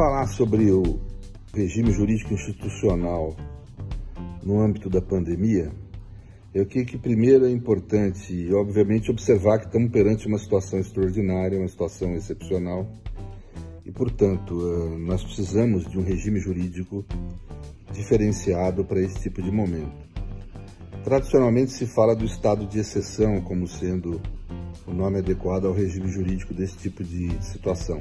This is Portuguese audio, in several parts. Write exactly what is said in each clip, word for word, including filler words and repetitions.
falar sobre o regime jurídico institucional no âmbito da pandemia, eu creio que primeiro é importante, obviamente, observar que estamos perante uma situação extraordinária, uma situação excepcional, e, portanto, nós precisamos de um regime jurídico diferenciado para esse tipo de momento. Tradicionalmente se fala do estado de exceção como sendo o nome adequado ao regime jurídico desse tipo de situação.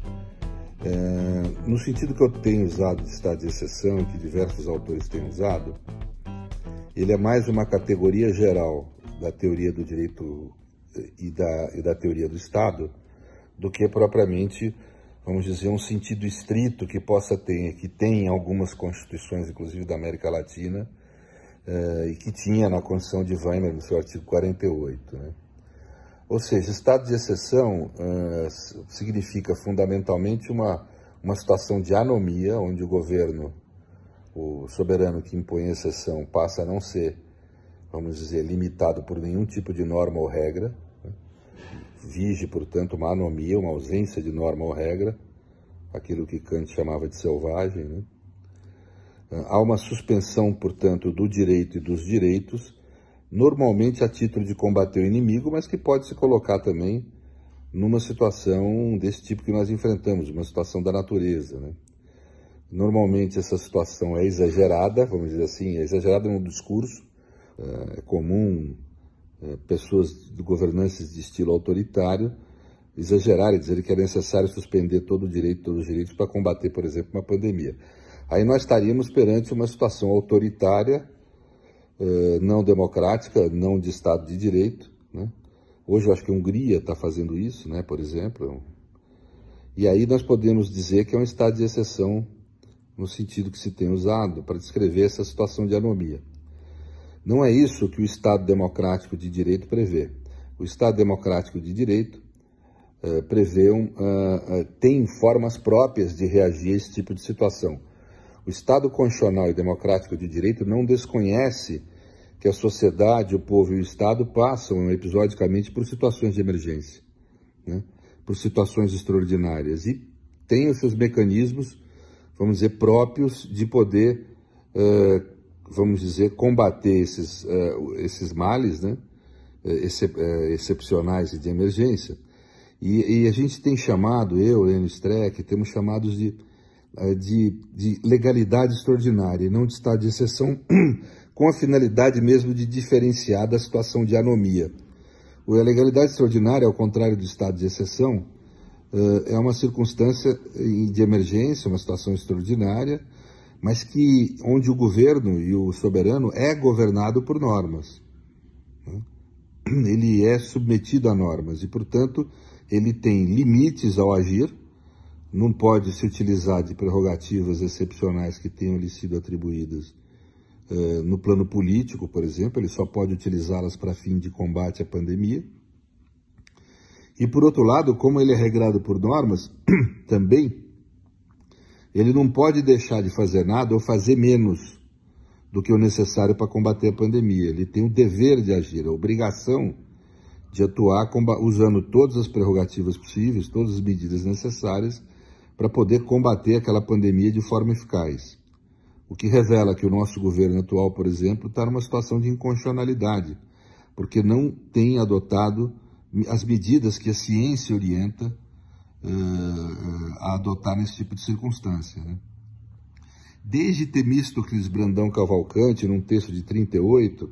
É, no sentido que eu tenho usado de estado de exceção e que diversos autores têm usado, ele é mais uma categoria geral da teoria do direito e da, e da teoria do Estado do que propriamente, vamos dizer, um sentido estrito que possa ter, que tem em algumas constituições, inclusive da América Latina, eh, e que tinha na Constituição de Weimar, no seu artigo quarenta e oito. Né? Ou seja, estado de exceção eh, significa fundamentalmente uma, uma situação de anomia, onde o governo, o soberano que impõe a exceção, passa a não ser, vamos dizer, limitado por nenhum tipo de norma ou regra, né? Vige, portanto, uma anomia, uma ausência de norma ou regra, aquilo que Kant chamava de selvagem, né? Há uma suspensão, portanto, do direito e dos direitos, normalmente a título de combater o inimigo, mas que pode se colocar também numa situação desse tipo que nós enfrentamos, uma situação da natureza, né? Normalmente essa situação é exagerada, vamos dizer assim, é exagerada no discurso, é comum é, pessoas de governanças de estilo autoritário exagerarem, dizer que é necessário suspender todo o direito, todos os direitos para combater, por exemplo, uma pandemia. Aí nós estaríamos perante uma situação autoritária, é, não democrática, não de Estado de Direito, né? Hoje eu acho que a Hungria está fazendo isso, né, por exemplo. E aí nós podemos dizer que é um estado de exceção no sentido que se tem usado para descrever essa situação de anomia. Não é isso que o Estado Democrático de Direito prevê. O Estado Democrático de Direito uh, prevê um, uh, uh, tem formas próprias de reagir a esse tipo de situação. O Estado Constitucional e Democrático de Direito não desconhece que a sociedade, o povo e o Estado passam episodicamente por situações de emergência, né? Por situações extraordinárias, e tem os seus mecanismos, vamos dizer, próprios de poder, uh, vamos dizer, combater esses, uh, esses males, né, excep uh, excepcionais e de emergência. E, e a gente tem chamado, eu, Enio Streck, temos chamados de, uh, de, de legalidade extraordinária, e não de estado de exceção, com a finalidade mesmo de diferenciar da situação de anomia. A legalidade extraordinária, ao contrário do estado de exceção, é uma circunstância de emergência, uma situação extraordinária, mas que, onde o governo e o soberano é governado por normas, né? Ele é submetido a normas e, portanto, ele tem limites ao agir, não pode se utilizar de prerrogativas excepcionais que tenham lhe sido atribuídas uh, no plano político, por exemplo, ele só pode utilizá-las para fim de combate à pandemia. E, por outro lado, como ele é regrado por normas, também, ele não pode deixar de fazer nada ou fazer menos do que o necessário para combater a pandemia. Ele tem o dever de agir, a obrigação de atuar usando todas as prerrogativas possíveis, todas as medidas necessárias para poder combater aquela pandemia de forma eficaz. O que revela que o nosso governo atual, por exemplo, está numa situação de inconstitucionalidade, porque não tem adotado as medidas que a ciência orienta uh, a adotar nesse tipo de circunstância, né? Desde Temístocles Brandão Cavalcante, num texto de trinta e oito,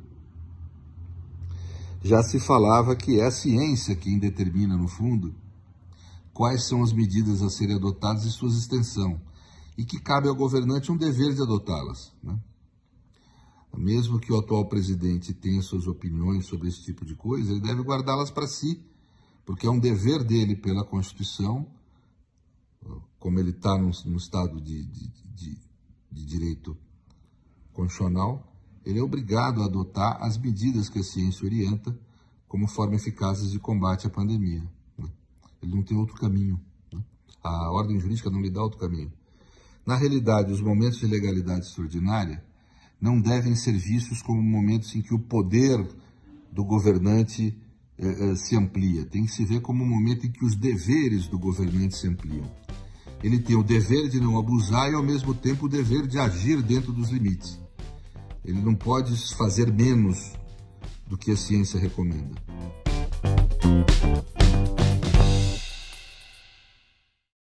já se falava que é a ciência quem determina, no fundo, quais são as medidas a serem adotadas e sua extensão, e que cabe ao governante um dever de adotá-las, né? Mesmo que o atual presidente tenha suas opiniões sobre esse tipo de coisa, ele deve guardá-las para si, porque é um dever dele pela Constituição, como ele está num, num estado de, de, de, de direito constitucional, ele é obrigado a adotar as medidas que a ciência orienta como forma eficazes de combate à pandemia, né? Ele não tem outro caminho, né? A ordem jurídica não lhe dá outro caminho. Na realidade, os momentos de legalidade extraordinária não devem ser vistos como momentos em que o poder do governante eh, eh, se amplia. Tem que se ver como um momento em que os deveres do governante se ampliam. ele tem o dever de não abusar e, ao mesmo tempo, o dever de agir dentro dos limites. Ele não pode fazer menos do que a ciência recomenda.